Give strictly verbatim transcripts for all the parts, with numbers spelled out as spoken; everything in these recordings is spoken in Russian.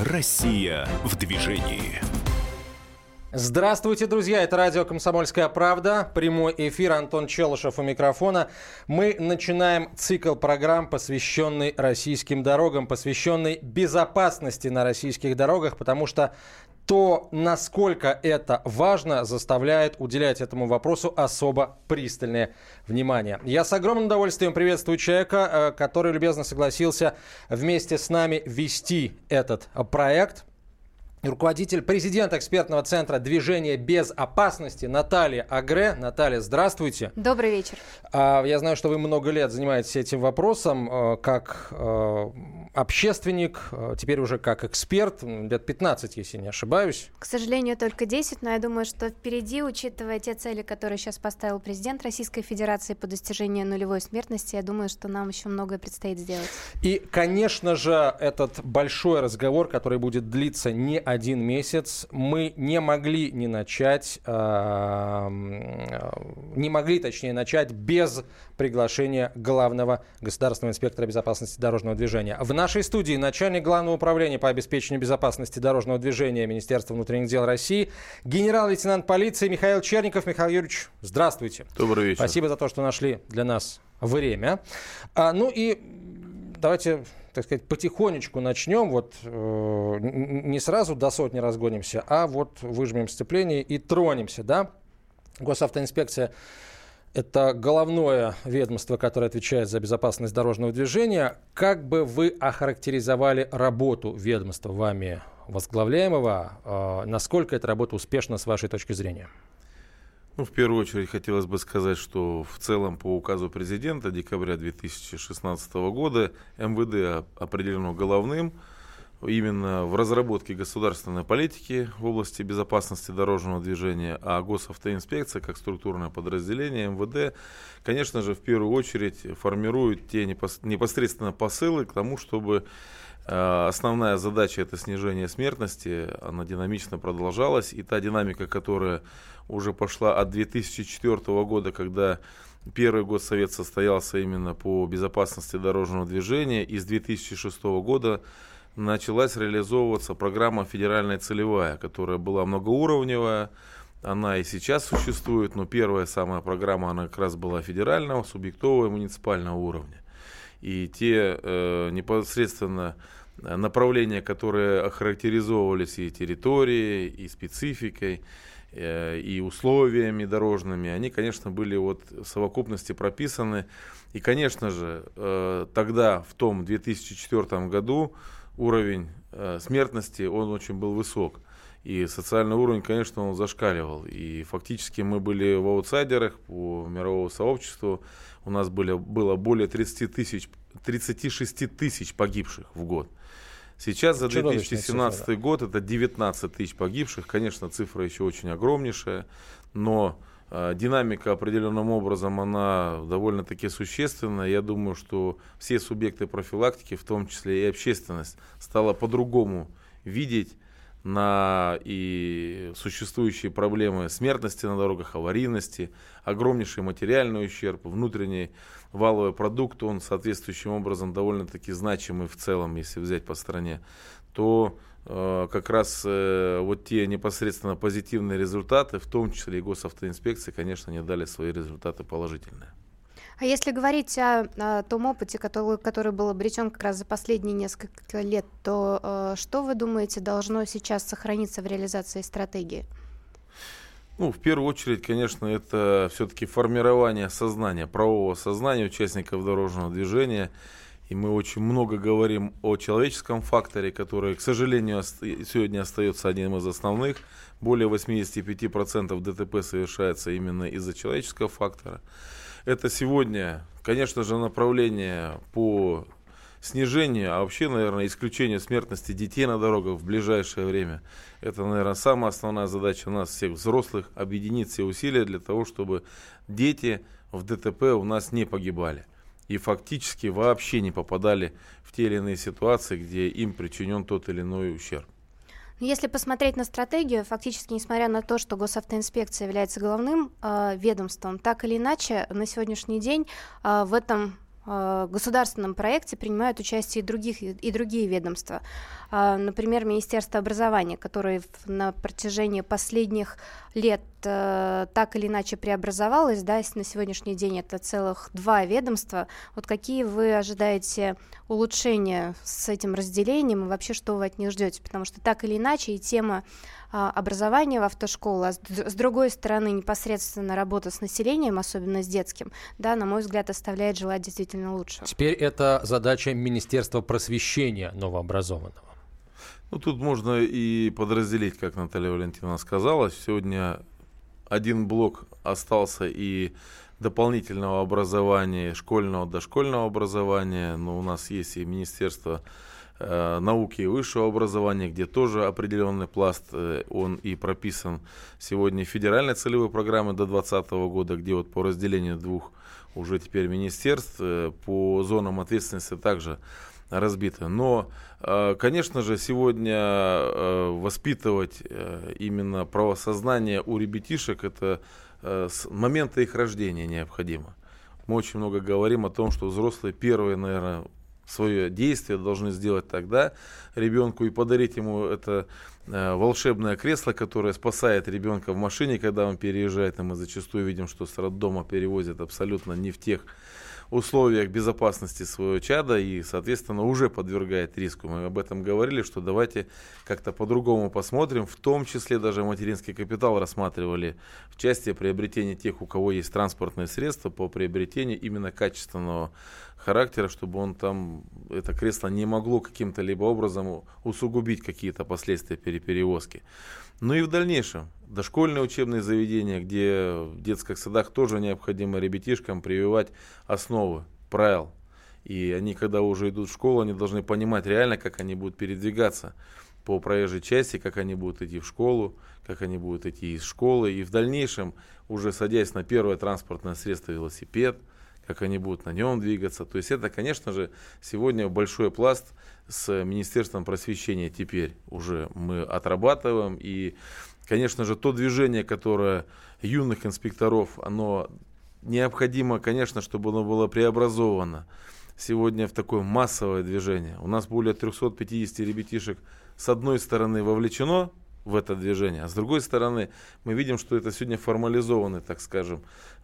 Россия в движении. Здравствуйте, друзья! Это радио «Комсомольская правда». Прямой эфир. Антон Челышев у микрофона. Мы начинаем цикл программ, посвященный российским дорогам, посвященный безопасности на российских дорогах, потому что то, насколько это важно, заставляет уделять этому вопросу особо пристальное внимание. Я с огромным удовольствием приветствую человека, который любезно согласился вместе с нами вести этот проект. Руководитель, президент экспертного центра движения безопасности Наталья Агре. Наталья, здравствуйте. Добрый вечер. Я знаю, что вы много лет занимаетесь этим вопросом как общественник, теперь уже как эксперт, лет пятнадцать, если не ошибаюсь. К сожалению, только десять, но я думаю, что впереди, учитывая те цели, которые сейчас поставил президент Российской Федерации по достижению нулевой смертности, я думаю, что нам еще многое предстоит сделать. И, конечно же, этот большой разговор, который будет длиться не один месяц, мы не могли не начать, э, не могли, точнее, начать без приглашения главного государственного инспектора безопасности дорожного движения. В нашей студии начальник Главного управления по обеспечению безопасности дорожного движения Министерства внутренних дел России, генерал-лейтенант полиции Михаил Черников. Михаил Юрьевич, здравствуйте. Добрый вечер. Спасибо за то, что нашли для нас время. А, ну и давайте, так сказать, потихонечку начнем. Вот э, не сразу до сотни разгонимся, а вот выжмем сцепление и тронемся, да? Госавтоинспекция – это головное ведомство, которое отвечает за безопасность дорожного движения. Как бы вы охарактеризовали работу ведомства, вами возглавляемого? Э, насколько эта работа успешна с вашей точки зрения? Ну, в первую очередь хотелось бы сказать, что в целом по указу президента декабря две тысячи шестнадцатого года эм вэ дэ определено головным именно в разработке государственной политики в области безопасности дорожного движения, а госавтоинспекция как структурное подразделение эм вэ дэ, конечно же, в первую очередь формирует те непосредственно посылы к тому, чтобы основная задача – это снижение смертности, она динамично продолжалась, и та динамика, которая уже пошла от две тысячи четвёртого года, когда первый госсовет состоялся именно по безопасности дорожного движения, и с две тысячи шестого года началась реализовываться программа федеральная целевая, которая была многоуровневая, она и сейчас существует, но первая самая программа, она как раз была федерального, субъектового и муниципального уровня. И те э, непосредственно направления, которые охарактеризовывались и территорией, и спецификой, э, и условиями дорожными, они, конечно, были вот в совокупности прописаны. И, конечно же, э, тогда, в том две тысячи четвёртом году, уровень э, смертности, он очень был высок. И социальный уровень, конечно, он зашкаливал. И фактически мы были в аутсайдерах по мировому сообществу. У нас были, было более тридцать тысяч, тридцать шесть тысяч погибших в год. Сейчас за две тысячи семнадцатый цифра, да. год это девятнадцать тысяч погибших. Конечно, цифра еще очень огромнейшая, но э, динамика определенным образом, она довольно-таки существенная. Я думаю, что все субъекты профилактики, в том числе и общественность, стала по-другому видеть на и существующие проблемы смертности на дорогах, аварийности, огромнейший материальный ущерб, внутренний валовый продукт, он соответствующим образом довольно-таки значимый в целом, если взять по стране, то э, как раз э, вот те непосредственно позитивные результаты, в том числе и госавтоинспекции, конечно, не дали свои результаты положительные. А если говорить о, о том опыте, который, который был обретен как раз за последние несколько лет, то э, что вы думаете должно сейчас сохраниться в реализации стратегии? Ну, в первую очередь, конечно, это все-таки формирование сознания, правового сознания участников дорожного движения. И мы очень много говорим о человеческом факторе, который, к сожалению, сегодня остается одним из основных. Более восемьдесят пять процентов дэ тэ пэ совершается именно из-за человеческого фактора. Это сегодня, конечно же, направление по снижению, а вообще, наверное, исключению смертности детей на дорогах в ближайшее время. Это, наверное, самая основная задача нас, всех взрослых, объединить все усилия для того, чтобы дети в дэ тэ пэ у нас не погибали. И фактически вообще не попадали в те или иные ситуации, где им причинен тот или иной ущерб. Если посмотреть на стратегию, фактически, несмотря на то, что госавтоинспекция является главным э, ведомством, так или иначе, на сегодняшний день э, в этом э, государственном проекте принимают участие и, других, и другие ведомства. Э, например, Министерство образования, которое на протяжении последних лет э, так или иначе преобразовалось, да, на сегодняшний день это целых два ведомства. Вот какие вы ожидаете улучшения с этим разделением и вообще что вы от них ждете? Потому что так или иначе и тема образования в автошколах, а с другой стороны непосредственно работа с населением, особенно с детским, да, на мой взгляд, оставляет желать действительно лучшего. Теперь это задача Министерства просвещения новообразованного. Ну, тут можно и подразделить, как Наталья Валентиновна сказала. Сегодня один блок остался и дополнительного образования, школьного, дошкольного образования. Но у нас есть и Министерство науки и высшего образования, где тоже определенный пласт, он и прописан сегодня федеральной целевой программы до двадцатого года, где вот по разделению двух уже теперь министерств по зонам ответственности также разбито. Но, конечно же, сегодня воспитывать именно правосознание у ребятишек, это с момента их рождения необходимо. Мы очень много говорим о том, что взрослые первые, наверное, свое действие должны сделать тогда ребенку и подарить ему это э, волшебное кресло, которое спасает ребенка в машине, когда он переезжает. И мы зачастую видим, что с роддома перевозят абсолютно не в тех условиях безопасности своего чада и, соответственно, уже подвергает риску. Мы об этом говорили, что давайте как-то по-другому посмотрим, в том числе даже материнский капитал рассматривали в части приобретения тех, у кого есть транспортные средства, по приобретению именно качественного характера, чтобы он там, это кресло не могло каким-то либо образом усугубить какие-то последствия перевозки. Ну и в дальнейшем дошкольные учебные заведения, где в детских садах тоже необходимо ребятишкам прививать основы, правил. И они, когда уже идут в школу, они должны понимать реально, как они будут передвигаться по проезжей части, как они будут идти в школу, как они будут идти из школы. И в дальнейшем, уже садясь на первое транспортное средство, велосипед, как они будут на нем двигаться. То есть это, конечно же, сегодня большой пласт с Министерством просвещения теперь уже мы отрабатываем. И, конечно же, то движение, которое юных инспекторов, оно необходимо, конечно, чтобы оно было преобразовано сегодня в такое массовое движение. У нас более триста пятьдесят ребятишек с одной стороны вовлечено в это движение, а с другой стороны мы видим, что это сегодня формализованный, так скажем,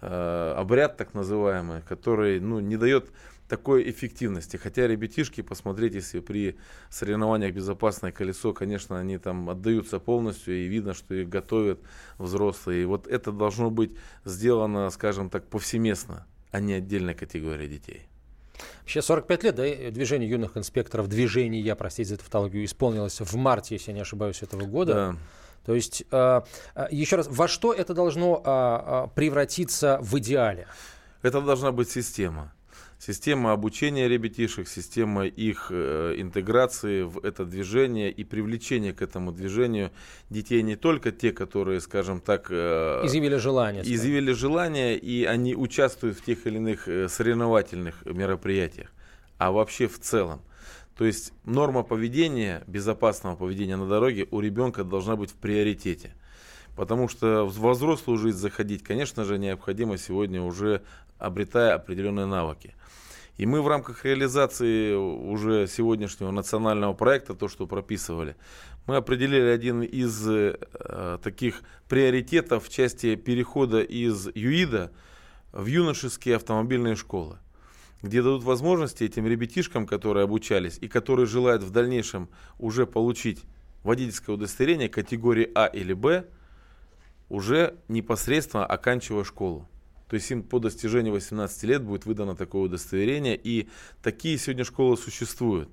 обряд так называемый, который, ну, не дает такой эффективности. Хотя ребятишки, посмотреть, если при соревнованиях «Безопасное колесо», конечно, они там отдаются полностью, и видно, что их готовят взрослые. И вот это должно быть сделано, скажем так, повсеместно, а не отдельной категории детей. Вообще сорок пять лет, да, движение юных инспекторов, движение, простите за тавтологию, исполнилось в марте, если я не ошибаюсь, этого года. Да. То есть, э, еще раз, во что это должно э, превратиться в идеале? Это должна быть система. Система обучения ребятишек, система их э, интеграции в это движение и привлечения к этому движению детей, не только те, которые, скажем так, э, изъявили желание. изъявили желание, и они участвуют в тех или иных э, соревновательных мероприятиях, а вообще в целом. То есть норма поведения, безопасного поведения на дороге у ребенка должна быть в приоритете. Потому что во взрослую жизнь заходить, конечно же, необходимо сегодня уже обретая определенные навыки. И мы в рамках реализации уже сегодняшнего национального проекта, то, что прописывали, мы определили один из э, таких приоритетов в части перехода из ЮИДа в юношеские автомобильные школы, где дадут возможности этим ребятишкам, которые обучались и которые желают в дальнейшем уже получить водительское удостоверение категории А или Б, уже непосредственно оканчивая школу. То есть им по достижению восемнадцати лет будет выдано такое удостоверение. И такие сегодня школы существуют.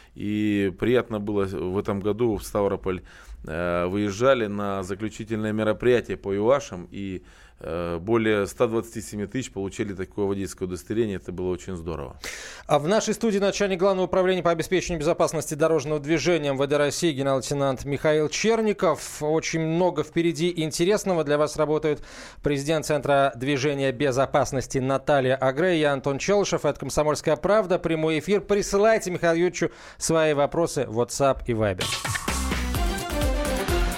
И приятно было в этом году в Ставрополь э, выезжали на заключительное мероприятие по ЮАШам. И э, более ста двадцати семи тысяч получили такое водительское удостоверение. Это было очень здорово. А в нашей студии начальник Главного управления по обеспечению безопасности дорожного движения МВД России генерал-лейтенант Михаил Черников. Очень много впереди интересного. Для вас работают президент Центра движения безопасности Наталья Агре, я Антон Челышев. Это «Комсомольская правда». Прямой эфир. Присылайте Михаилу Юрьевичу свои вопросы в WhatsApp и Viber.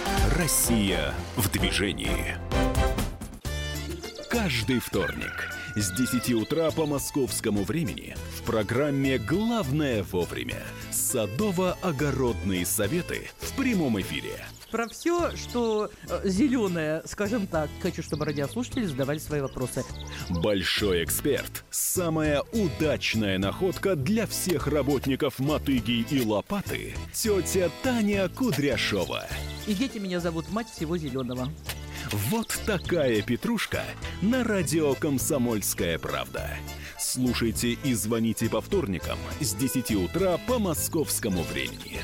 Россия в движении. Каждый вторник С десяти утра по московскому времени в программе «Главное вовремя» садово-огородные советы в прямом эфире. Про все, что э, зеленое, скажем так. Хочу, чтобы радиослушатели задавали свои вопросы. Большой эксперт. Самая удачная находка для всех работников мотыги и лопаты. Тетя Таня Кудряшова. И дети меня зовут мать всего зеленого. Вот такая петрушка на радио «Комсомольская правда». Слушайте и звоните по вторникам с десяти утра по московскому времени.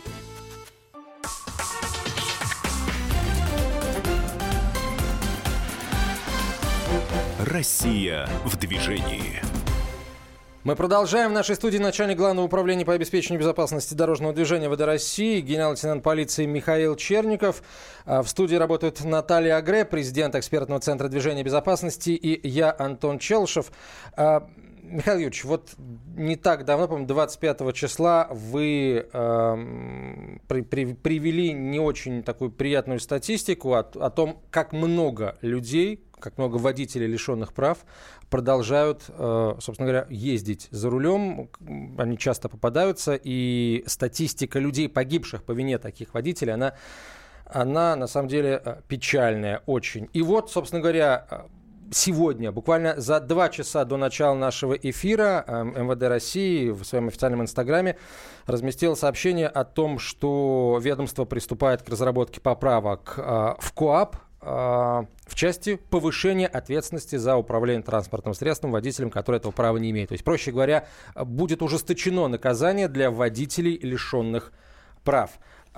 Россия в движении. Мы продолжаем. В нашей студии начальник Главного управления по обеспечению безопасности дорожного движения ВД России, генерал-лейтенант полиции Михаил Черников. В студии работают Наталья Агре, президент экспертного центра движения безопасности, и я, Антон Челышев. Михаил Юрьевич, вот не так давно, по-моему, двадцать пятого числа вы э, при, при, привели не очень такую приятную статистику о, о том, как много людей, как много водителей, лишенных прав, продолжают, э, собственно говоря, ездить за рулем. Они часто попадаются, и статистика людей, погибших по вине таких водителей, она, она на самом деле печальная очень. И вот, собственно говоря, сегодня, буквально за два часа до начала нашего эфира, МВД России в своем официальном инстаграме разместило сообщение о том, что ведомство приступает к разработке поправок в КоАП в части повышения ответственности за управление транспортным средством водителем, который этого права не имеет. То есть, проще говоря, будет ужесточено наказание для водителей, лишенных прав.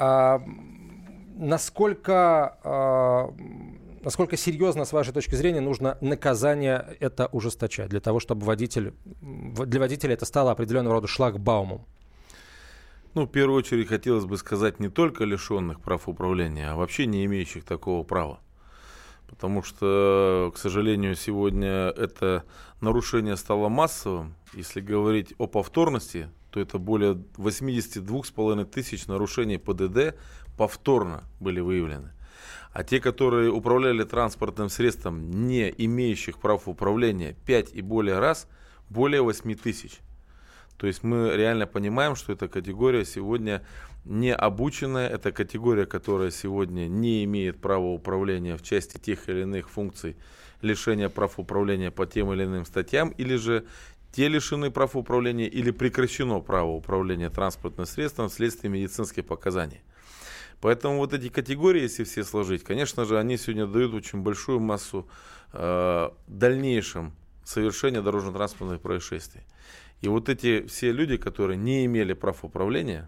Насколько... Насколько серьезно, с вашей точки зрения, нужно наказание это ужесточать для того, чтобы водитель, для водителя это стало определенного рода шлагбаумом? Ну, в первую очередь, хотелось бы сказать не только лишенных прав управления, а вообще не имеющих такого права. Потому что, к сожалению, сегодня это нарушение стало массовым. Если говорить о повторности, то это более восемьдесят два с половиной тысяч нарушений ПДД повторно были выявлены. А те, которые управляли транспортным средством, не имеющих прав управления, пять и более раз, более восемь тысяч. То есть мы реально понимаем, что эта категория сегодня не обученная, это категория, которая сегодня не имеет права управления в части тех или иных функций лишения прав управления по тем или иным статьям, или же те лишены прав управления, или прекращено право управления транспортным средством вследствие медицинских показаний. Поэтому вот эти категории, если все сложить, конечно же, они сегодня дают очень большую массу э, дальнейшем совершения дорожно-транспортных происшествий. И вот эти все люди, которые не имели прав управления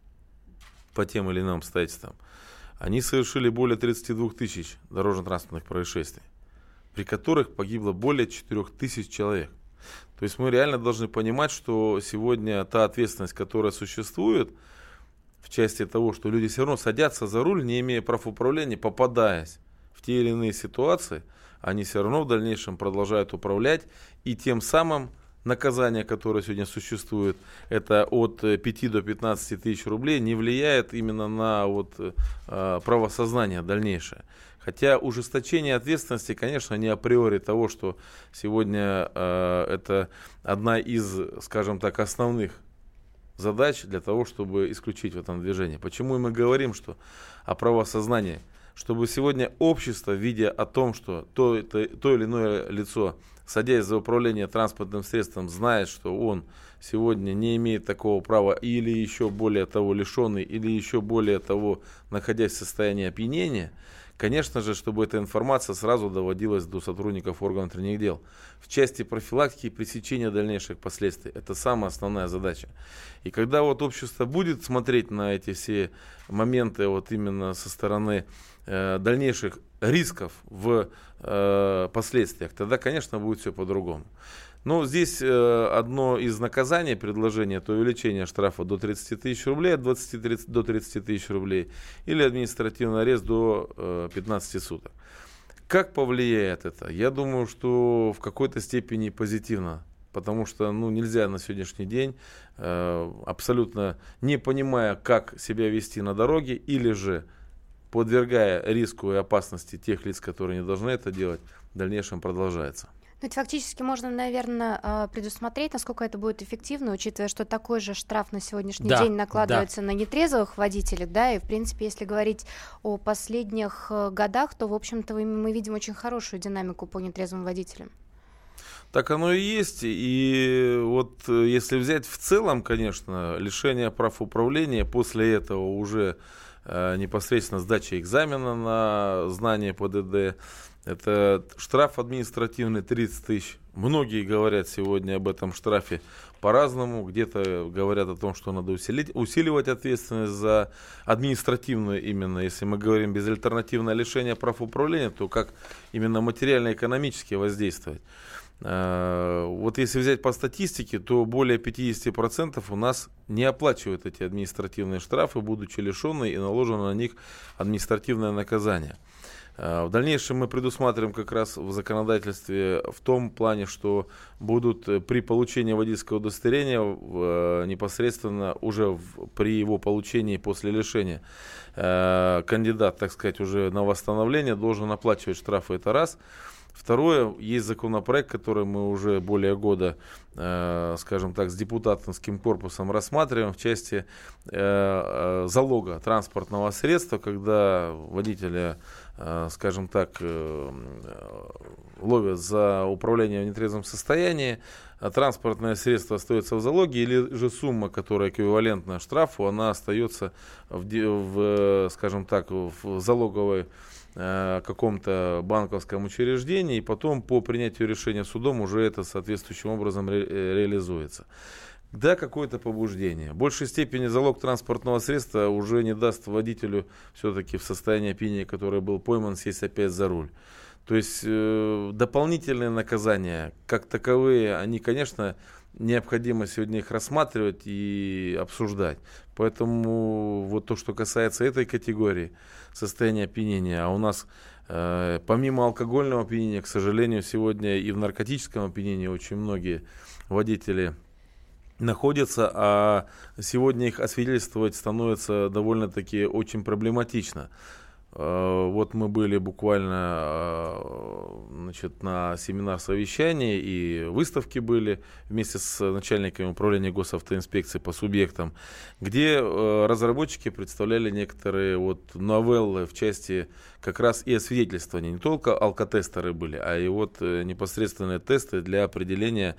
по тем или иным обстоятельствам, они совершили более тридцать два тысяч дорожно-транспортных происшествий, при которых погибло более четыре тысячи человек. То есть мы реально должны понимать, что сегодня та ответственность, которая существует, в части того, что люди все равно садятся за руль, не имея прав управления, попадаясь в те или иные ситуации, они все равно в дальнейшем продолжают управлять, и тем самым наказание, которое сегодня существует, это от пяти до пятнадцати тысяч рублей, не влияет именно на вот, э, правосознание дальнейшее. Хотя ужесточение ответственности, конечно, не априори того, что сегодня э, это одна из, скажем так, основных задач для того, чтобы исключить в этом движении. Почему мы говорим, что о правосознании? Чтобы сегодня общество, видя о том, что то, то, то или иное лицо, садясь за управление транспортным средством, знает, что он сегодня не имеет такого права, или еще более того лишенный, или еще более того находясь в состоянии опьянения, конечно же, чтобы эта информация сразу доводилась до сотрудников органов внутренних дел. В части профилактики и пресечения дальнейших последствий. Это самая основная задача. И когда вот общество будет смотреть на эти все моменты вот именно со стороны э, дальнейших рисков в э, последствиях, тогда, конечно, будет все по-другому. Но здесь э, одно из наказаний, предложения, это увеличение штрафа до тридцати тысяч рублей, от двадцати до тридцати тысяч рублей, или административный арест до э, пятнадцати суток. Как повлияет это? Я думаю, что в какой-то степени позитивно, потому что ну, нельзя на сегодняшний день, э, абсолютно не понимая, как себя вести на дороге, или же подвергая риску и опасности тех лиц, которые не должны это делать, в дальнейшем продолжается. Ну, это фактически можно, наверное, предусмотреть, насколько это будет эффективно, учитывая, что такой же штраф на сегодняшний да, день накладывается да. на нетрезвых водителей, да, и, в принципе, если говорить о последних годах, то, в общем-то, мы видим очень хорошую динамику по нетрезвым водителям. Так оно и есть, и вот если взять в целом, конечно, лишение прав управления, после этого уже э, непосредственно сдача экзамена на знание ПДД, это штраф административный тридцать тысяч. Многие говорят сегодня об этом штрафе по-разному. Где-то говорят о том, что надо усилить, усиливать ответственность за административную именно. Если мы говорим безальтернативное лишение прав управления, то как именно материально-экономически воздействовать. Вот если взять по статистике, то более пятьдесят процентов у нас не оплачивают эти административные штрафы, будучи лишенные, и наложено на них административное наказание. В дальнейшем мы предусматриваем как раз в законодательстве в том плане, что будут при получении водительского удостоверения непосредственно уже в, при его получении после лишения кандидат, так сказать, уже на восстановление должен оплачивать штрафы. Это раз. Второе, есть законопроект, который мы уже более года, э, скажем так, с депутатским корпусом рассматриваем в части э, залога транспортного средства, когда водителя, э, скажем так, э, ловят за управление в нетрезвом состоянии, а транспортное средство остается в залоге, или же сумма, которая эквивалентна штрафу, она остается в, в скажем так, в залоговой каком-то банковском учреждении, и потом по принятию решения судом уже это соответствующим образом ре- реализуется. Да, какое-то побуждение. В большей степени залог транспортного средства уже не даст водителю все-таки в состоянии опьянения, который был пойман, сесть опять за руль. То есть э, дополнительные наказания, как таковые, они, конечно, необходимо сегодня их рассматривать и обсуждать. Поэтому вот то, что касается этой категории состояния опьянения, а у нас э, помимо алкогольного опьянения, к сожалению, сегодня и в наркотическом опьянении очень многие водители находятся, а сегодня их освидетельствовать становится довольно-таки очень проблематично. Вот мы были буквально, значит, на семинар-совещании, и выставки были вместе с начальниками управления госавтоинспекции по субъектам, где разработчики представляли некоторые вот новеллы в части как раз и освидетельствования. Не только алкотестеры были, а и вот непосредственные тесты для определения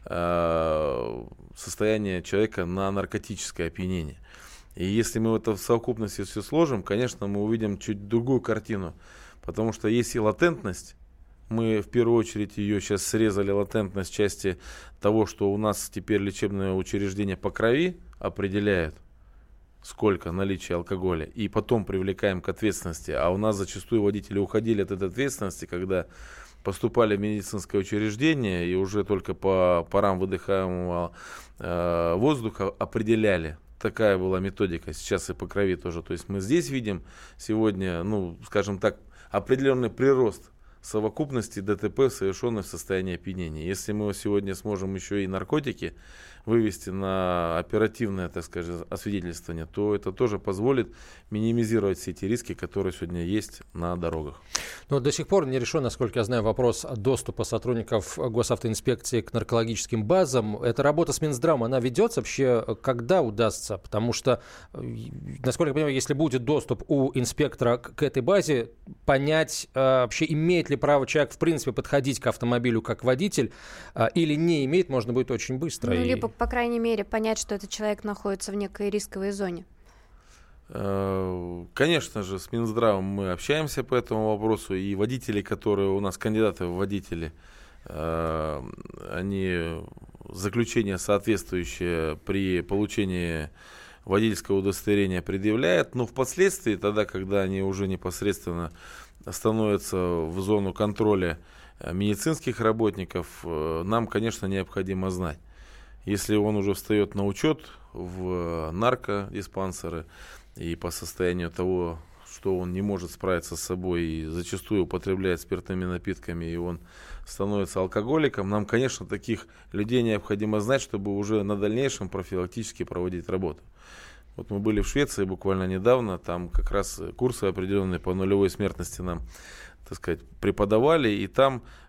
состояния человека на наркотическое опьянение. И если мы это в совокупности все сложим, конечно, мы увидим чуть другую картину. Потому что есть и латентность. Мы в первую очередь ее сейчас срезали, латентность в части того, что у нас теперь лечебное учреждение по крови определяет, сколько наличия алкоголя, и потом привлекаем к ответственности. А у нас зачастую водители уходили от этой ответственности, когда поступали в медицинское учреждение и уже только по парам выдыхаемого э, воздуха определяли. Такая была методика, сейчас и по крови тоже. То есть мы здесь видим сегодня, ну, скажем так, определенный прирост совокупности ДТП, совершенных в состоянии опьянения. Если мы сегодня сможем еще и наркотики вывести на оперативное, так сказать, освидетельствование, то это тоже позволит минимизировать все эти риски, которые сегодня есть на дорогах. Но до сих пор не решен, насколько я знаю, вопрос доступа сотрудников госавтоинспекции к наркологическим базам. Эта работа с Минздравом, она ведется вообще, когда удастся? Потому что, насколько я понимаю, если будет доступ у инспектора к этой базе, понять, вообще имеет ли право человек в принципе подходить к автомобилю как водитель или не имеет, можно будет очень быстро. Ну, и... либо, по крайней мере, понять, что этот человек находится в некой рисковой зоне. Конечно же, с Минздравом мы общаемся по этому вопросу, и водители, которые у нас кандидаты в водители, они заключение соответствующее при получении водительского удостоверения предъявляют, но впоследствии, тогда, когда они уже непосредственно становятся в зону контроля медицинских работников, нам, конечно, необходимо знать. Если он уже встает на учет в наркодиспансеры и по состоянию того, что он не может справиться с собой и зачастую употребляет спиртными напитками, и он становится алкоголиком, нам, конечно, таких людей необходимо знать, чтобы уже на дальнейшем профилактически проводить работу. Вот мы были в Швеции буквально недавно, там как раз курсы определенные по нулевой смертности нам, так сказать, преподавали, и там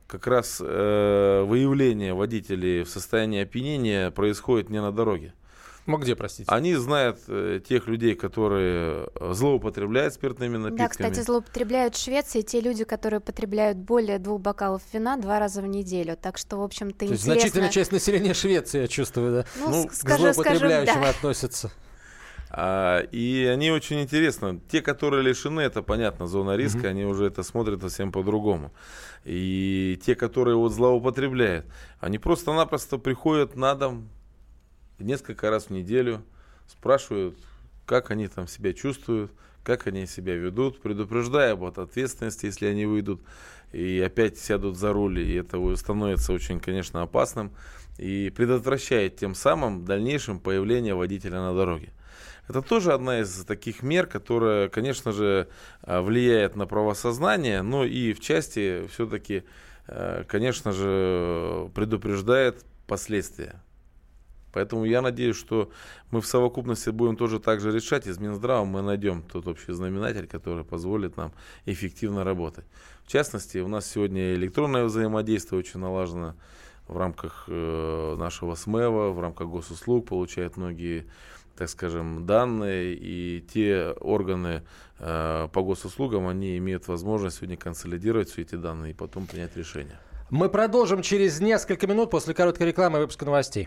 как раз э, выявление водителей в состоянии опьянения происходит не на дороге. Ну, где, простите? Они знают э, тех людей, которые злоупотребляют спиртными напитками. Да, кстати, злоупотребляют в Швеции те люди, которые потребляют более двух бокалов вина два раза в неделю. Так что, в общем-то, То интересно... есть значительная часть населения Швеции, я чувствую, да? Ну, Ну, к скажу, к злоупотребляющим скажем, да. относятся. А, и они очень интересно. Те, которые лишены, это понятно, зона риска, mm-hmm. они уже это смотрят совсем по-другому. И те, которые вот злоупотребляют, они просто-напросто приходят на дом несколько раз в неделю, спрашивают, как они там себя чувствуют, как они себя ведут, предупреждая об ответственности, если они выйдут и опять сядут за руль, и это становится очень, конечно, опасным, и предотвращает тем самым дальнейшем появление водителя на дороге. Это тоже одна из таких мер, которая, конечно же, влияет на правосознание, но и в части все-таки, конечно же, предупреждает последствия. Поэтому я надеюсь, что мы в совокупности будем тоже так же решать. Из Минздрава мы найдем тот общий знаменатель, который позволит нам эффективно работать. В частности, у нас сегодня электронное взаимодействие очень налажено в рамках э, нашего СМЭВа, в рамках госуслуг, получают многие, так скажем, данные. И те органы э, по госуслугам, они имеют возможность сегодня консолидировать все эти данные и потом принять решение. Мы продолжим через несколько минут после короткой рекламы и выпуска новостей.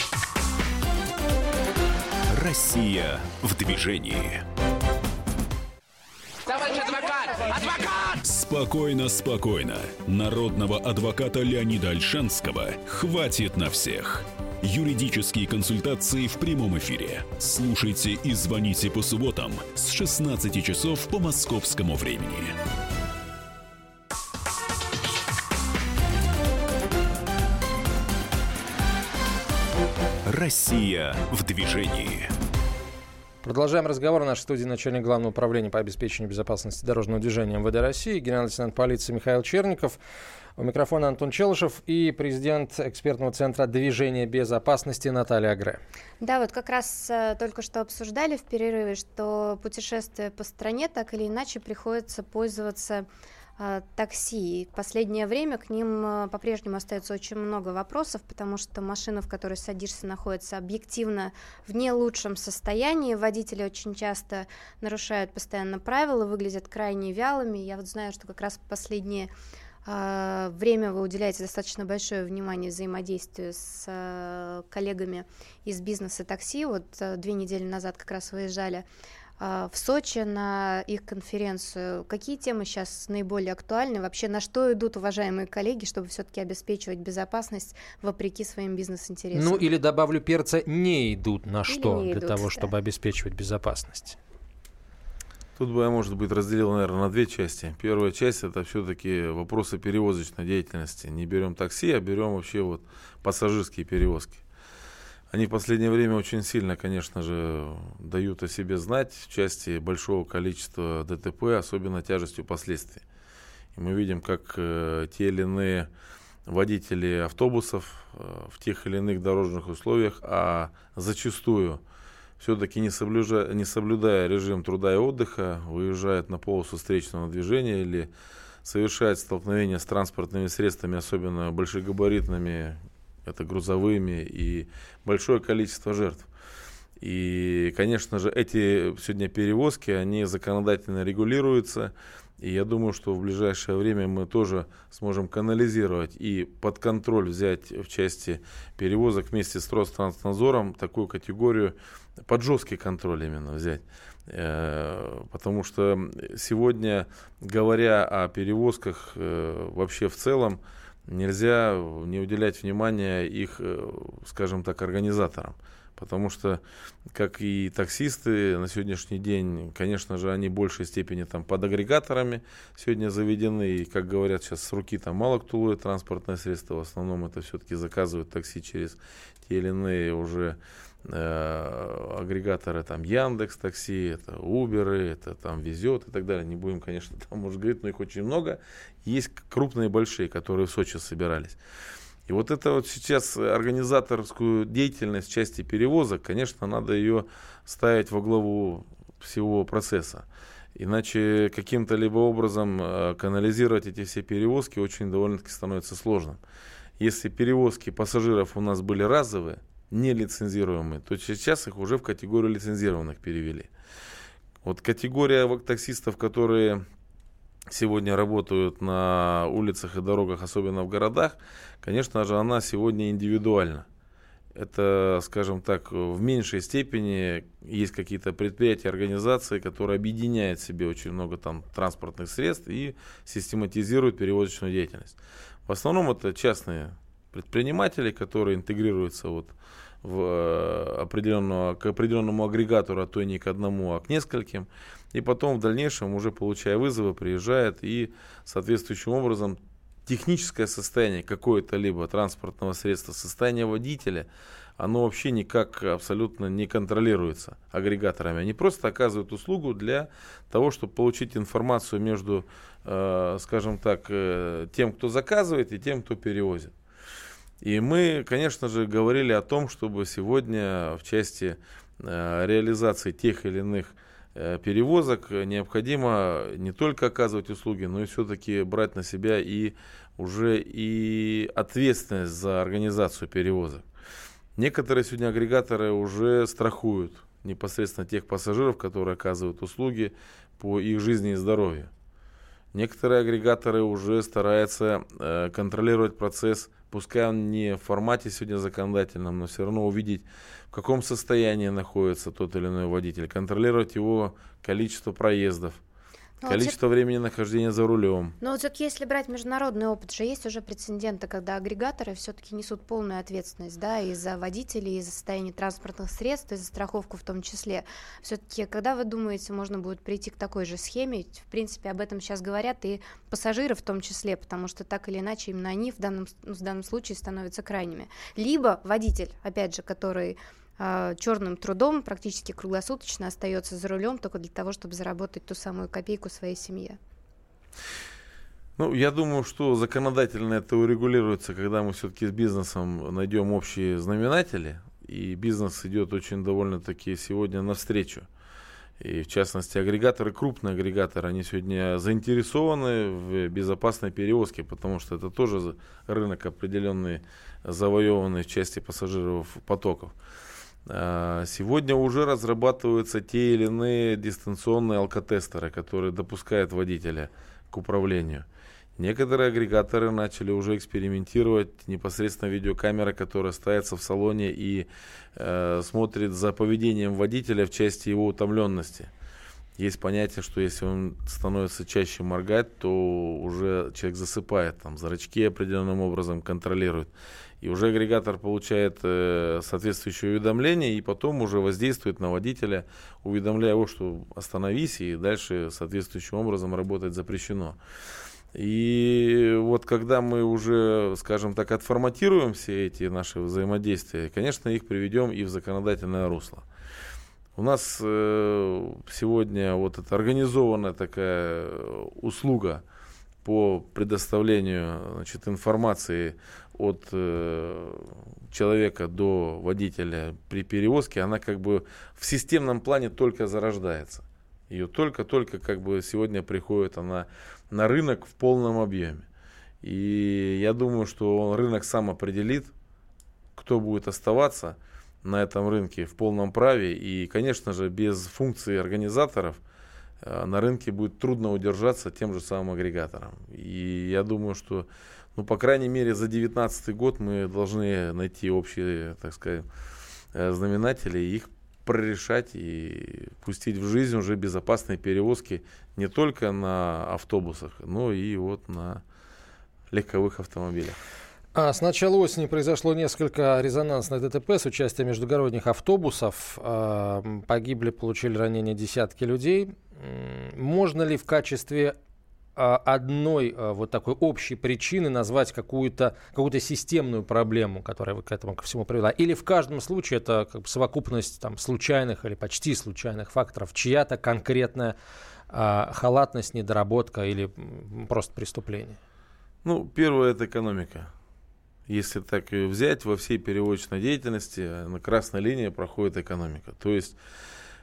Россия в движении. Товарищ адвокат! Адвокат! Спокойно, спокойно. Народного адвоката Леонида Ольшанского хватит на всех. Юридические консультации в прямом эфире. Слушайте и звоните по субботам с шестнадцати часов по московскому времени. Россия в движении. Продолжаем разговор. В нашей студии начальник Главного управления по обеспечению безопасности дорожного движения эм вэ дэ России, генерал-лейтенант полиции Михаил Черников. У микрофона Антон Челышев и президент экспертного центра движения безопасности Наталья Агре. Да, вот как раз э, только что обсуждали в перерыве, что путешествуя по стране так или иначе приходится пользоваться такси. В последнее время к ним по-прежнему остается очень много вопросов, потому что машина, в которой садишься, находится объективно в не лучшем состоянии. Водители очень часто нарушают постоянно правила, выглядят крайне вялыми. Я вот знаю, что как раз в последнее э, время вы уделяете достаточно большое внимание взаимодействию с э, коллегами из бизнеса такси. Вот э, две недели назад как раз выезжали в Сочи на их конференцию. Какие темы сейчас наиболее актуальны? Вообще, на что идут уважаемые коллеги, чтобы все-таки обеспечивать безопасность вопреки своим бизнес-интересам? Ну, или, добавлю перца, не идут на Или что не для идут, того, да. чтобы обеспечивать безопасность? Тут бы я, может быть, разделил, наверное, на две части. Первая часть – это все-таки вопросы перевозочной деятельности. Не берем такси, а берем вообще вот пассажирские перевозки. Они в последнее время очень сильно, конечно же, дают о себе знать в части большого количества дэ тэ пэ, особенно тяжестью последствий. И мы видим, как э, те или иные водители автобусов э, в тех или иных дорожных условиях, а зачастую все-таки не соблюдая, не соблюдая режим труда и отдыха, выезжают на полосу встречного движения или совершают столкновения с транспортными средствами, особенно большегабаритными, это грузовыми, и большое количество жертв. И, конечно же, эти сегодня перевозки, они законодательно регулируются. И я думаю, что в ближайшее время мы тоже сможем канализировать и под контроль взять в части перевозок вместе с Ространснадзором такую категорию, под жесткий контроль именно взять. Потому что сегодня, говоря о перевозках вообще в целом, нельзя не уделять внимания их, скажем так, организаторам. Потому что, как и таксисты, на сегодняшний день, конечно же, они в большей степени там под агрегаторами сегодня заведены. И, как говорят сейчас, с руки там мало кто ловит транспортное средство. В основном это все-таки заказывают такси через те или иные уже э, агрегаторы. Там Яндекс Такси, это Уберы, это там Везет и так далее. Не будем, конечно, там, может, говорить, но их очень много. Есть крупные, большие, которые в Сочи собирались. И вот это вот сейчас организаторскую деятельность в части перевозок, конечно, надо ее ставить во главу всего процесса. Иначе каким-то либо образом канализировать эти все перевозки очень довольно-таки становится сложно. Если перевозки пассажиров у нас были разовые, нелицензируемые, то сейчас их уже в категорию лицензированных перевели. Вот категория таксистов, которые сегодня работают на улицах и дорогах, особенно в городах, конечно же, она сегодня индивидуальна. Это, скажем так, в меньшей степени есть какие-то предприятия, организации, которые объединяют в себе очень много там транспортных средств и систематизируют перевозочную деятельность. В основном это частные предприниматели, которые интегрируются вот в определенного, к определенному агрегатору, а то и не к одному, а к нескольким. И потом в дальнейшем, уже получая вызовы, приезжает и соответствующим образом техническое состояние какое-то либо транспортного средства, состояние водителя, оно вообще никак абсолютно не контролируется агрегаторами. Они просто оказывают услугу для того, чтобы получить информацию между, э, скажем так, э, тем, кто заказывает, и тем, кто перевозит. И мы, конечно же, говорили о том, чтобы сегодня в части э, реализации тех или иных э, перевозок необходимо не только оказывать услуги, но и все-таки брать на себя и уже и ответственность за организацию перевозок. Некоторые сегодня агрегаторы уже страхуют непосредственно тех пассажиров, которые оказывают услуги по их жизни и здоровью. Некоторые агрегаторы уже стараются э, контролировать процесс, пускай он не в формате сегодня законодательном, но все равно увидеть, в каком состоянии находится тот или иной водитель, контролировать его количество проездов, ну, количество вот времени нахождения за рулем. Но вот все-таки, если брать международный опыт, же есть уже прецеденты, когда агрегаторы все-таки несут полную ответственность, да, и за водителей, и за состояние транспортных средств, и за страховку в том числе. Все-таки, когда вы думаете, можно будет прийти к такой же схеме? В принципе, об этом сейчас говорят и пассажиры в том числе, потому что так или иначе именно они в данном, в данном случае становятся крайними. Либо водитель, опять же, который черным трудом практически круглосуточно остается за рулем только для того, чтобы заработать ту самую копейку своей семье. Ну, я думаю, что законодательно это урегулируется, когда мы все-таки с бизнесом найдем общие знаменатели, и бизнес идет очень довольно-таки сегодня навстречу. И в частности, агрегаторы, крупные агрегаторы, они сегодня заинтересованы в безопасной перевозке, потому что это тоже рынок определенный, завоеванный в части пассажиров потоков. Сегодня уже разрабатываются те или иные дистанционные алкотестеры, которые допускают водителя к управлению. Некоторые агрегаторы начали уже экспериментировать непосредственно видеокамера, которая ставится в салоне и э, смотрит за поведением водителя в части его утомленности. Есть понятие, что если он становится чаще моргать, то уже человек засыпает, там зрачки определенным образом контролирует. И уже агрегатор получает э, соответствующее уведомление и потом уже воздействует на водителя, уведомляя его, что остановись, и дальше соответствующим образом работать запрещено. И вот когда мы уже, скажем так, отформатируем все эти наши взаимодействия, конечно, их приведем и в законодательное русло. У нас э, сегодня вот эта организованная такая услуга по предоставлению, значит, информации от э, человека до водителя при перевозке, она как бы в системном плане только зарождается. Ее только-только как бы сегодня приходит она на рынок в полном объеме. И я думаю, что рынок сам определит, кто будет оставаться на этом рынке в полном праве. И, конечно же, без функции организаторов э, на рынке будет трудно удержаться тем же самым агрегатором. И я думаю, что, ну, по крайней мере, за две тысячи девятнадцатый год мы должны найти общие, так сказать, э, знаменатели и их прорешать и пустить в жизнь уже безопасные перевозки не только на автобусах, но и вот на легковых автомобилях. А с начала осени произошло несколько резонансных ДТП с участием междугородних автобусов. Погибли, получили ранения десятки людей. Можно ли в качестве одной вот такой общей причины назвать какую-то, какую-то системную проблему, которая к этому ко всему привела? Или в каждом случае это как бы совокупность там, случайных или почти случайных факторов, чья-то конкретная а, халатность, недоработка или просто преступление? Ну, первое – это экономика. Если так взять, во всей перевозочной деятельности на красной линии проходит экономика. То есть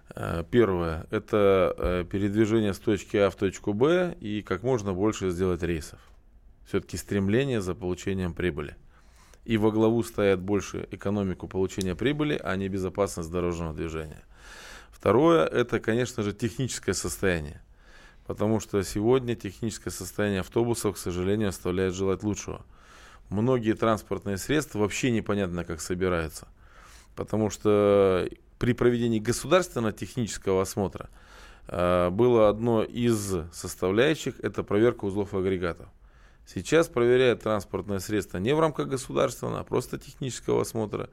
Первое – это передвижение с точки А в точку Б и как можно больше сделать рейсов. Все-таки стремление за получением прибыли. И во главу стоят больше экономику получения прибыли, а не безопасность дорожного движения. Второе – это, конечно же, техническое состояние. Потому что сегодня техническое состояние автобусов, к сожалению, оставляет желать лучшего. Многие транспортные средства вообще непонятно, как собираются. Потому что при проведении государственного технического осмотра э, было одно из составляющих – это проверка узлов и агрегатов. Сейчас проверяют транспортное средство не в рамках государственного, а просто технического осмотра.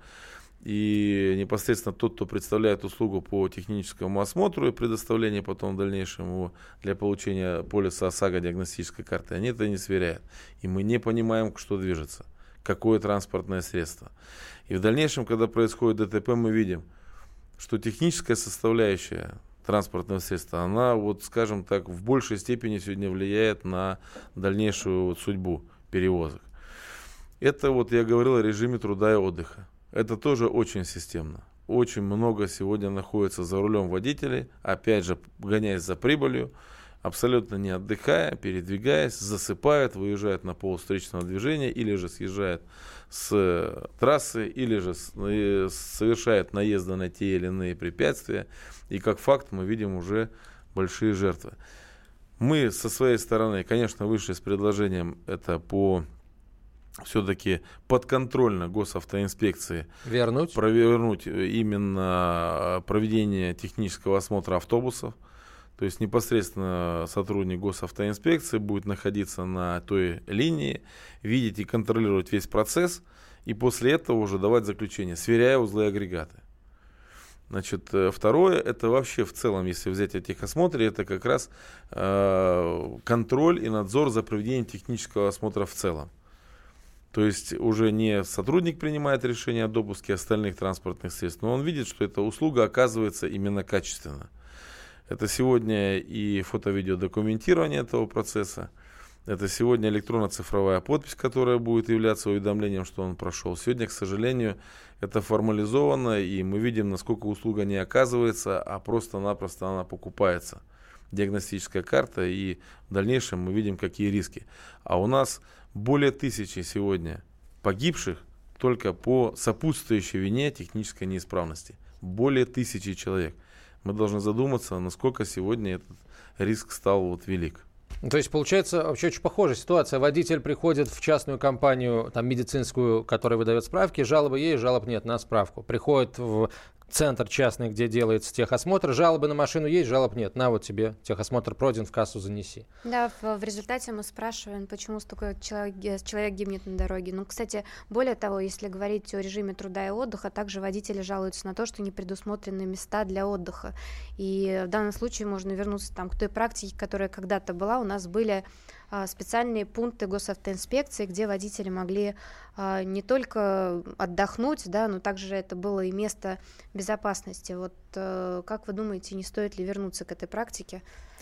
И непосредственно тот, кто представляет услугу по техническому осмотру и предоставлению потом в дальнейшем его для получения полиса ОСАГО диагностической карты, они это не сверяют. И мы не понимаем, что движется, какое транспортное средство. И в дальнейшем, когда происходит ДТП, мы видим, что техническая составляющая транспортного средства, она, вот, скажем так, в большей степени сегодня влияет на дальнейшую вот судьбу перевозок. Это вот я говорил о режиме труда и отдыха. Это тоже очень системно. Очень много сегодня находится за рулем водителей, опять же, гоняясь за прибылью, абсолютно не отдыхая, передвигаясь, засыпают, выезжают на пол встречного движения или же съезжают с трассы, или же совершают наезды на те или иные препятствия. И как факт мы видим уже большие жертвы. Мы со своей стороны, конечно, вышли с предложением это по все-таки подконтрольно госавтоинспекции вернуть. провернуть именно проведение технического осмотра автобусов. То есть непосредственно сотрудник госавтоинспекции будет находиться на той линии, видеть и контролировать весь процесс, и после этого уже давать заключение, сверяя узлы и агрегаты. Значит, второе, это вообще в целом, если взять о техосмотре, это как раз э, контроль и надзор за проведением технического осмотра в целом. То есть уже не сотрудник принимает решение о допуске остальных транспортных средств, но он видит, что эта услуга оказывается именно качественно. Это сегодня и фото-видеодокументирование этого процесса. Это сегодня электронно-цифровая подпись, которая будет являться уведомлением, что он прошел. Сегодня, к сожалению, это формализовано, и мы видим, насколько услуга не оказывается, а просто-напросто она покупается. Диагностическая карта, и в дальнейшем мы видим, какие риски. А у нас более тысячи сегодня погибших только по сопутствующей вине технической неисправности. Более тысячи человек. Мы должны задуматься, насколько сегодня этот риск стал вот велик. То есть, получается, вообще очень похожая ситуация. Водитель приходит в частную компанию, там, медицинскую, которая выдает справки, жалобы есть, жалоб нет на справку. Приходит в центр частный, где делается техосмотр, жалобы на машину есть, жалоб нет. На, вот тебе техосмотр пройден, в кассу занеси. Да, в, в результате мы спрашиваем, почему столько человек, человек гибнет на дороге. Ну, кстати, более того, если говорить о режиме труда и отдыха, также водители жалуются на то, что не предусмотрены места для отдыха. И в данном случае можно вернуться там, к той практике, которая когда-то была. У нас были а, специальные пункты госавтоинспекции, где водители могли а, не только отдохнуть, да, но также это было и место безопасности. Вот а, как вы думаете, не стоит ли вернуться к этой практике?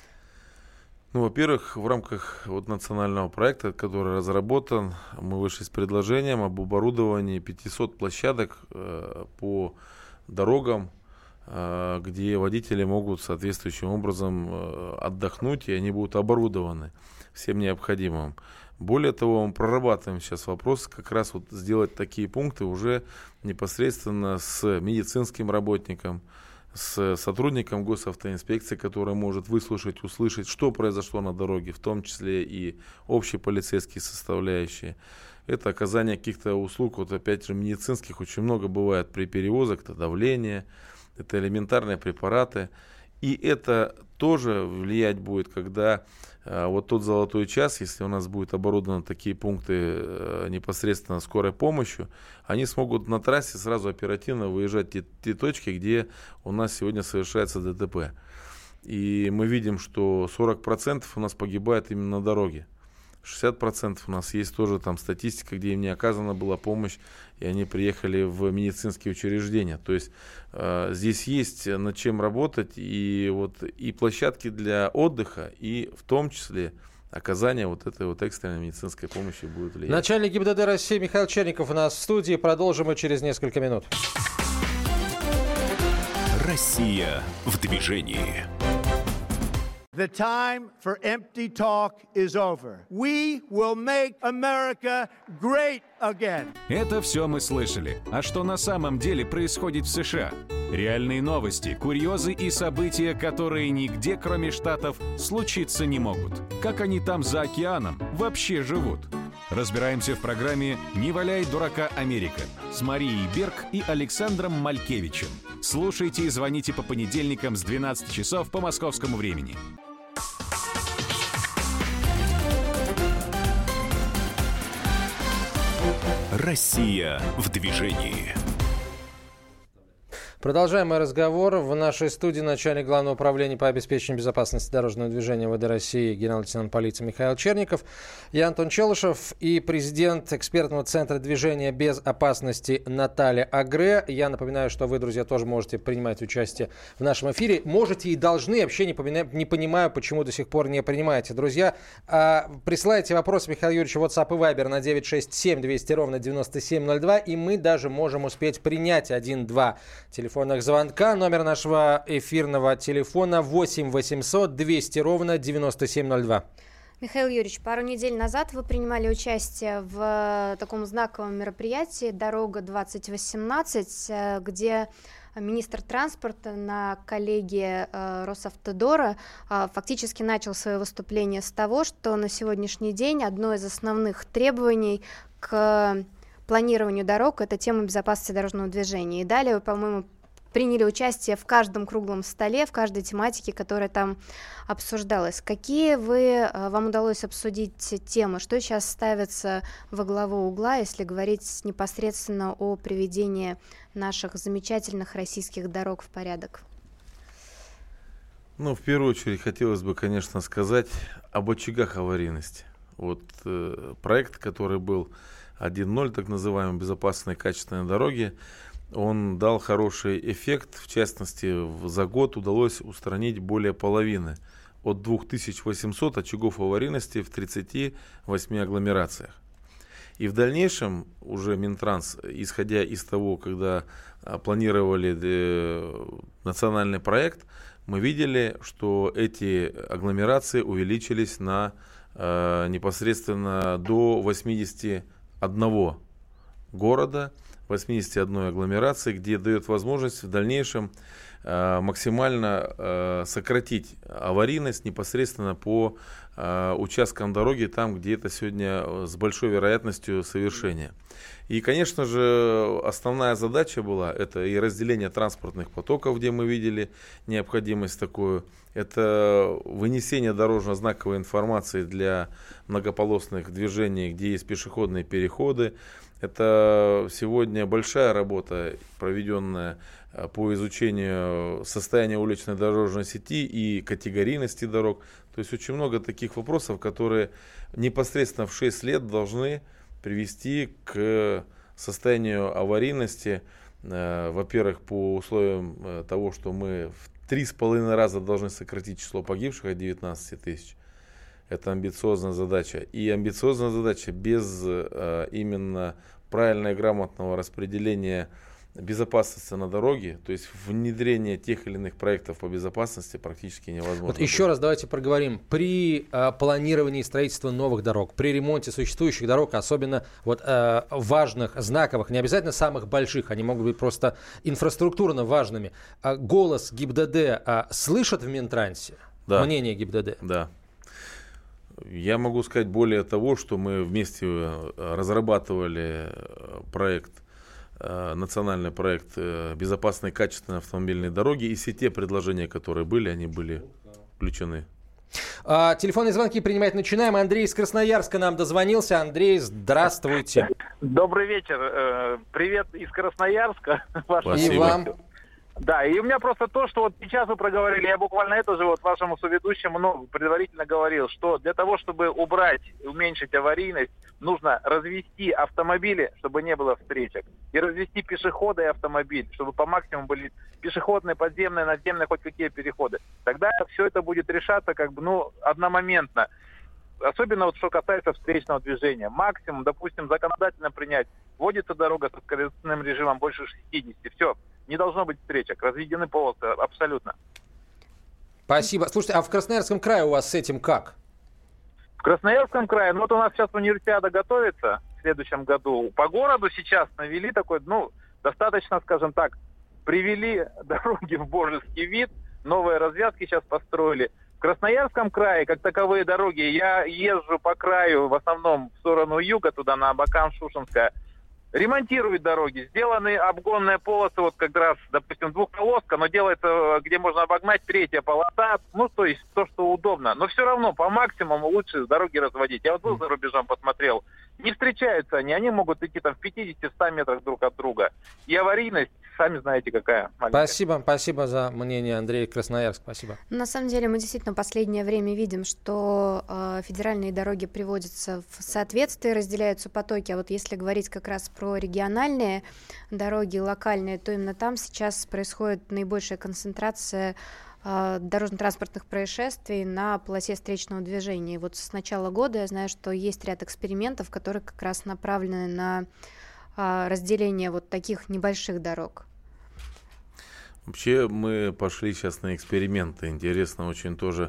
Ну, во-первых, в рамках вот национального проекта, который разработан, мы вышли с предложением об оборудовании пятисот площадок э, по дорогам, э, где водители могут соответствующим образом э, отдохнуть, и они будут оборудованы всем необходимым. Более того, мы прорабатываем сейчас вопрос как раз вот сделать такие пункты уже непосредственно с медицинским работником, с сотрудником госавтоинспекции, который может выслушать, услышать, что произошло на дороге, в том числе и общеполицейские составляющие. Это оказание каких-то услуг, вот опять же медицинских, очень много бывает при перевозах, это давление, это элементарные препараты. И это тоже влиять будет, когда э, вот тот золотой час, если у нас будут оборудованы такие пункты э, непосредственно скорой помощью, они смогут на трассе сразу оперативно выезжать те, те точки, где у нас сегодня совершается ДТП. И мы видим, что сорок процентов у нас погибает именно на дороге. шестьдесят процентов у нас есть тоже там статистика, где им не оказана была помощь, и они приехали в медицинские учреждения. То есть э, здесь есть над чем работать, и вот и площадки для отдыха, и в том числе оказание вот этой вот экстренной медицинской помощи будет влиять. Начальник ГИБДД России Михаил Черников у нас в студии. Продолжим мы через несколько минут. Россия в движении. The time for empty talk is over. We will make America great again. Это все мы слышали. А что на самом деле происходит в США? Реальные новости, курьезы и события, которые нигде, кроме Штатов, случиться не могут. Как они там за океаном вообще живут? Разбираемся в программе «Не валяй дурака, Америка» с Марией Берг и Александром Малькевичем. Слушайте и звоните по понедельникам с двенадцати часов по московскому времени. Россия в движении. Продолжаем мой разговор. В нашей студии начальник Главного управления по обеспечению безопасности дорожного движения МВД России генерал-лейтенант полиции Михаил Черников. Я Антон Челышев и президент экспертного центра движения без опасности Наталья Агре. Я напоминаю, что вы, друзья, тоже можете принимать участие в нашем эфире. Можете и должны. Вообще не, помина... не понимаю, почему до сих пор не принимаете. Друзья, а, присылайте вопросы Михаилу Юрьевичу в WhatsApp и Viber на девять шесть семь двести ровно девяносто семь ноль два. И мы даже можем успеть принять один-два телефонных звонка. Номер нашего эфирного телефона восемь восемьсот двести ровно девяносто семь ноль два. Михаил Юрьевич, пару недель назад вы принимали участие в таком знаковом мероприятии «Дорога двадцать восемнадцать», где министр транспорта на коллегии э, Росавтодора э, фактически начал свое выступление с того, что на сегодняшний день одно из основных требований к планированию дорог – это тема безопасности дорожного движения. И далее вы, по-моему, приняли участие в каждом круглом столе, в каждой тематике, которая там обсуждалась. Какие вы, вам удалось обсудить темы? Что сейчас ставится во главу угла, если говорить непосредственно о приведении наших замечательных российских дорог в порядок? Ну, в первую очередь, хотелось бы, конечно, сказать об очагах аварийности. Вот э, проект, который был один ноль, так называемой безопасной качественной дороги, он дал хороший эффект. В частности, за год удалось устранить более половины, от двух тысяч восьмисот очагов аварийности в тридцати восьми агломерациях. И в дальнейшем уже Минтранс, исходя из того, когда планировали национальный проект, мы видели, что эти агломерации увеличились на э, непосредственно до восьмидесяти одного города, восьмидесяти одной агломерации, где дает возможность в дальнейшем э, максимально э, сократить аварийность непосредственно по э, участкам дороги, там, где это сегодня с большой вероятностью совершения. И, конечно же, основная задача была, это и разделение транспортных потоков, где мы видели необходимость такую, это вынесение дорожно-знаковой информации для многополосных движений, где есть пешеходные переходы. Это сегодня большая работа, проведенная по изучению состояния уличной дорожной сети и категорийности дорог. То есть очень много таких вопросов, которые непосредственно в шесть лет должны привести к состоянию аварийности, э, во-первых, по условиям э, того, что мы в три с половиной раза должны сократить число погибших от девятнадцати тысяч. Это амбициозная задача. И амбициозная задача без э, именно правильного и грамотного распределения безопасности на дороге, то есть внедрение тех или иных проектов по безопасности практически невозможно. Вот еще раз давайте проговорим. При э, планировании строительства новых дорог, при ремонте существующих дорог, особенно вот, э, важных, знаковых, не обязательно самых больших, они могут быть просто инфраструктурно важными, э, голос ГИБДД э, слышат в Минтрансе? Да. Мнение ГИБДД? Да. Я могу сказать более того, что мы вместе разрабатывали проект, национальный проект безопасной и качественной автомобильной дороги, и все те предложения, которые были, они были включены. А, телефонные звонки принимать начинаем. Андрей из Красноярска нам дозвонился. Андрей, здравствуйте. Добрый вечер. Привет из Красноярска. И вам. Да, и у меня просто то, что вот сейчас вы проговорили, я буквально это же вот вашему соведущему, ну, предварительно говорил, что для того, чтобы убрать, уменьшить аварийность, нужно развести автомобили, чтобы не было встречек, и развести пешеходы и автомобиль, чтобы по максимуму были пешеходные, подземные, надземные, хоть какие переходы. Тогда все это будет решаться как бы, ну, одномоментно. Особенно вот что касается встречного движения. Максимум, допустим, законодательно принять, вводится дорога со скоростным режимом больше шестидесяти, все. не должно быть встречек, разведены полосы абсолютно. Спасибо. Слушайте, а в Красноярском крае у вас с этим как? В Красноярском крае, ну вот у нас сейчас универсиада готовится в следующем году. По городу сейчас навели такой, ну, достаточно, скажем так, привели дороги в божеский вид, новые развязки сейчас построили. В Красноярском крае, как таковые дороги, я езжу по краю, в основном в сторону юга, туда на Абакан-Шушенская, ремонтируют дороги, сделаны обгонные полосы, вот как раз, допустим, двухполоска, но делается, где можно обогнать, третья полоса, ну, то есть то, что удобно. Но все равно по максимуму лучше дороги разводить. Я вот был за рубежом, посмотрел, не встречаются они, они могут идти там в пятидесяти-ста метрах друг от друга. И аварийность, сами знаете, какая. Маленькая. Спасибо, спасибо за мнение, Андрей. Красноярск, спасибо. На самом деле мы действительно в последнее время видим, что э, федеральные дороги приводятся в соответствие, разделяются потоки, а вот если говорить как раз про региональные дороги, локальные, то именно там сейчас происходит наибольшая концентрация э, дорожно-транспортных происшествий на полосе встречного движения. И вот с начала года я знаю, что есть ряд экспериментов, которые как раз направлены на разделение вот таких небольших дорог. Вообще мы пошли сейчас на эксперименты. Интересно очень тоже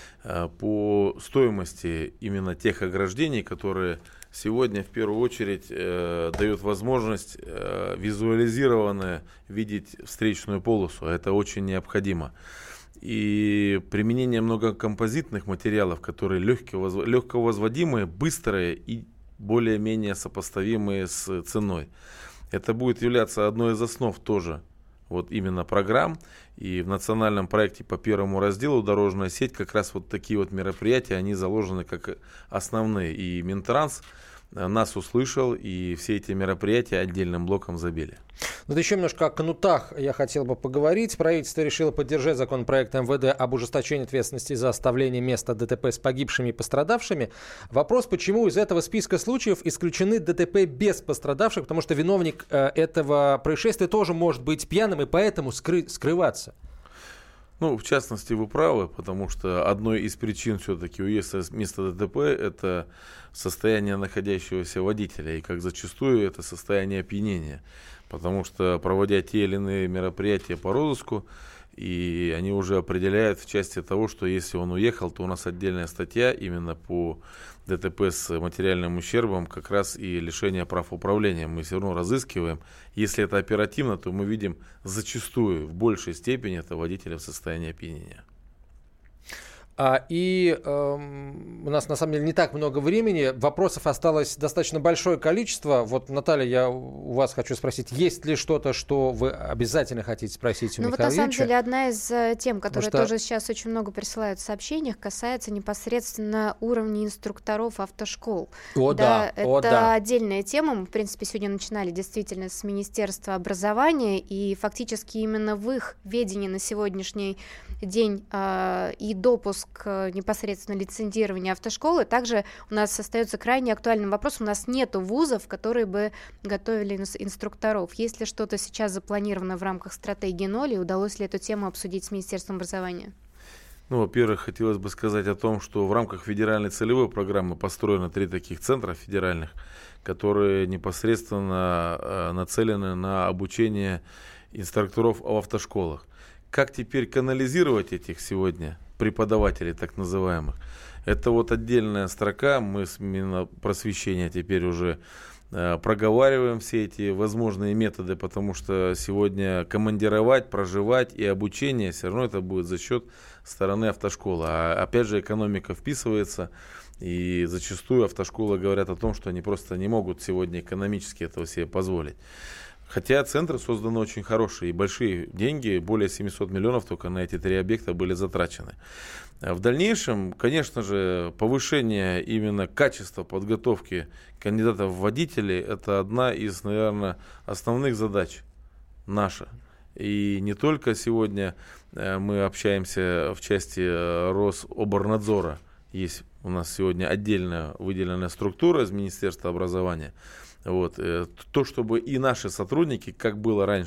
по стоимости именно тех ограждений, которые сегодня в первую очередь э, дают возможность э, визуализированно видеть встречную полосу. Это очень необходимо. И применение многокомпозитных материалов, которые легко возводимые, быстрые и более-менее сопоставимые с ценой. Это будет являться одной из основ тоже вот именно программ. И в национальном проекте по первому разделу «Дорожная сеть» как раз вот такие вот мероприятия, они заложены как основные. И Минтранс нас услышал, и все эти мероприятия отдельным блоком забили. Вот еще немножко о кнутах я хотел бы поговорить. Правительство решило поддержать законопроект эм вэ дэ об ужесточении ответственности за оставление места ДТП с погибшими и пострадавшими. Вопрос, почему из этого списка случаев исключены ДТП без пострадавших, потому что виновник э, этого происшествия тоже может быть пьяным и поэтому скры- скрываться. Ну, в частности, вы правы, потому что одной из причин все-таки уезда с места ДТП – это состояние находящегося водителя, и как зачастую это состояние опьянения, потому что проводя те или иные мероприятия по розыску, и они уже определяют в части того, что если он уехал, то у нас отдельная статья именно по ДТП с материальным ущербом, как раз и лишение прав управления. Мы все равно разыскиваем. Если это оперативно, то мы видим зачастую в большей степени это водителя в состоянии опьянения. А, и э, у нас на самом деле не так много времени, вопросов осталось достаточно большое количество. Вот, Наталья, я у вас хочу спросить, есть ли что-то, что вы обязательно хотите спросить у ну, Михаила вот, на самом Ильича? деле одна из тем, которые что... тоже сейчас очень много присылают в сообщениях, касается непосредственно уровня инструкторов автошкол. О, да, да, о, это да. отдельная тема. Мы, в принципе, сегодня начинали действительно с Министерства образования, и фактически именно в их ведении на сегодняшний день э, и допуск к непосредственно лицензирования автошколы. Также у нас остается крайне актуальным вопрос. У нас нет вузов, которые бы готовили инструкторов. Есть ли что-то сейчас запланировано в рамках стратегии ноль, и удалось ли эту тему обсудить с Министерством образования? Ну, во-первых, хотелось бы сказать о том, что в рамках федеральной целевой программы построено три таких центра федеральных, которые непосредственно э, нацелены на обучение инструкторов в автошколах. Как теперь канализировать этих сегодня преподавателей так называемых? Это вот отдельная строка, мы с Минпросвещения теперь уже э, проговариваем все эти возможные методы, потому что сегодня командировать, проживать и обучение, все равно это будет за счет стороны автошколы. А опять же экономика вписывается, и зачастую автошколы говорят о том, что они просто не могут сегодня экономически этого себе позволить. Хотя центры созданы очень хорошие и большие деньги, более семьсот миллионов только на эти три объекта были затрачены. В дальнейшем, конечно же, повышение именно качества подготовки кандидатов в водители – это одна из, наверное, основных задач наша. И не только сегодня мы общаемся в части Рособорнадзора, есть у нас сегодня отдельно выделенная структура из Министерства образования. Вот. То, чтобы и наши сотрудники, как было раньше,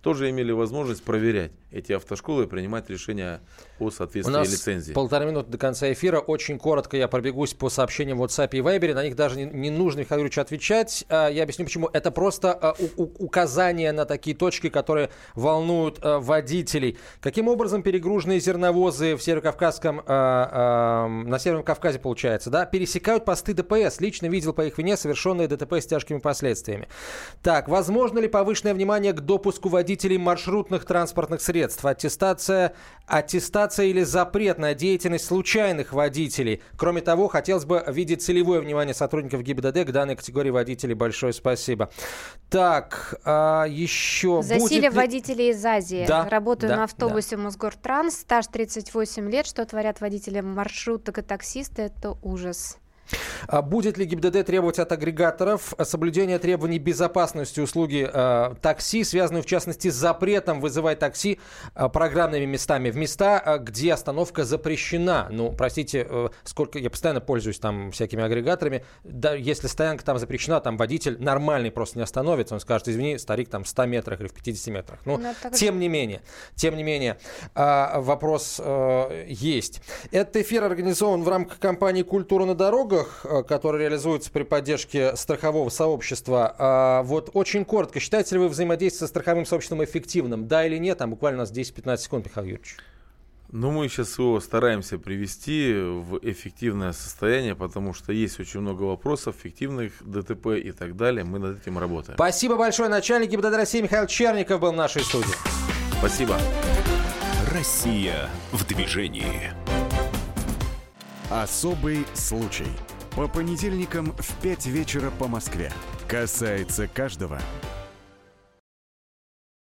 тоже имели возможность проверять эти автошколы и принимать решения о соответствии У нас лицензии. Полтора минуты до конца эфира. Очень коротко я пробегусь по сообщениям в WhatsApp и Viber. На них даже не, не нужно, Михаил Юрьевич, отвечать. Я объясню, почему. Это просто указания на такие точки, которые волнуют водителей. Каким образом перегруженные зерновозы в Северокавказском, на Северном Кавказе, получается, да, пересекают посты ДПС? Лично видел по их вине совершенные ДТП с тяжкими последствиями. Так, возможно ли повышенное внимание к допуску водителей маршрутных транспортных средств? Аттестация, аттестация или запрет на деятельность случайных водителей. Кроме того, хотелось бы видеть целевое внимание сотрудников ГИБДД к данной категории водителей. Большое спасибо. Так, а еще... Засилие ли... водителей из Азии. Да, Работаю да, на автобусе да. Мосгортранс. Стаж тридцать восемь лет. Что творят водители маршруток и таксисты? Это ужас. Будет ли ГИБДД требовать от агрегаторов соблюдения требований безопасности услуги э, такси, связанную в частности с запретом вызывать такси э, программными местами в места, э, где остановка запрещена? Ну, простите, э, сколько я постоянно пользуюсь там всякими агрегаторами. Да, если стоянка там запрещена, там водитель нормальный просто не остановится. Он скажет: извини, старик, там в ста метрах или в пятидесяти метрах. Ну, тем не менее, тем не менее, э, вопрос э, есть. Этот эфир организован в рамках кампании «Культура на дорогах», который реализуется при поддержке страхового сообщества. А вот очень коротко, считаете ли вы взаимодействие со страховым сообществом эффективным? Да или нет? Там буквально у нас десять-пятнадцать секунд, Михаил Юрьевич. Ну, мы сейчас его стараемся привести в эффективное состояние, потому что есть очень много вопросов, фиктивных ДТП и так далее. Мы над этим работаем. Спасибо большое. Начальник ГИБДД России Михаил Черников был в нашей студии. Спасибо. Россия в движении. Особый случай. По понедельникам в пять вечера по Москве. Касается каждого.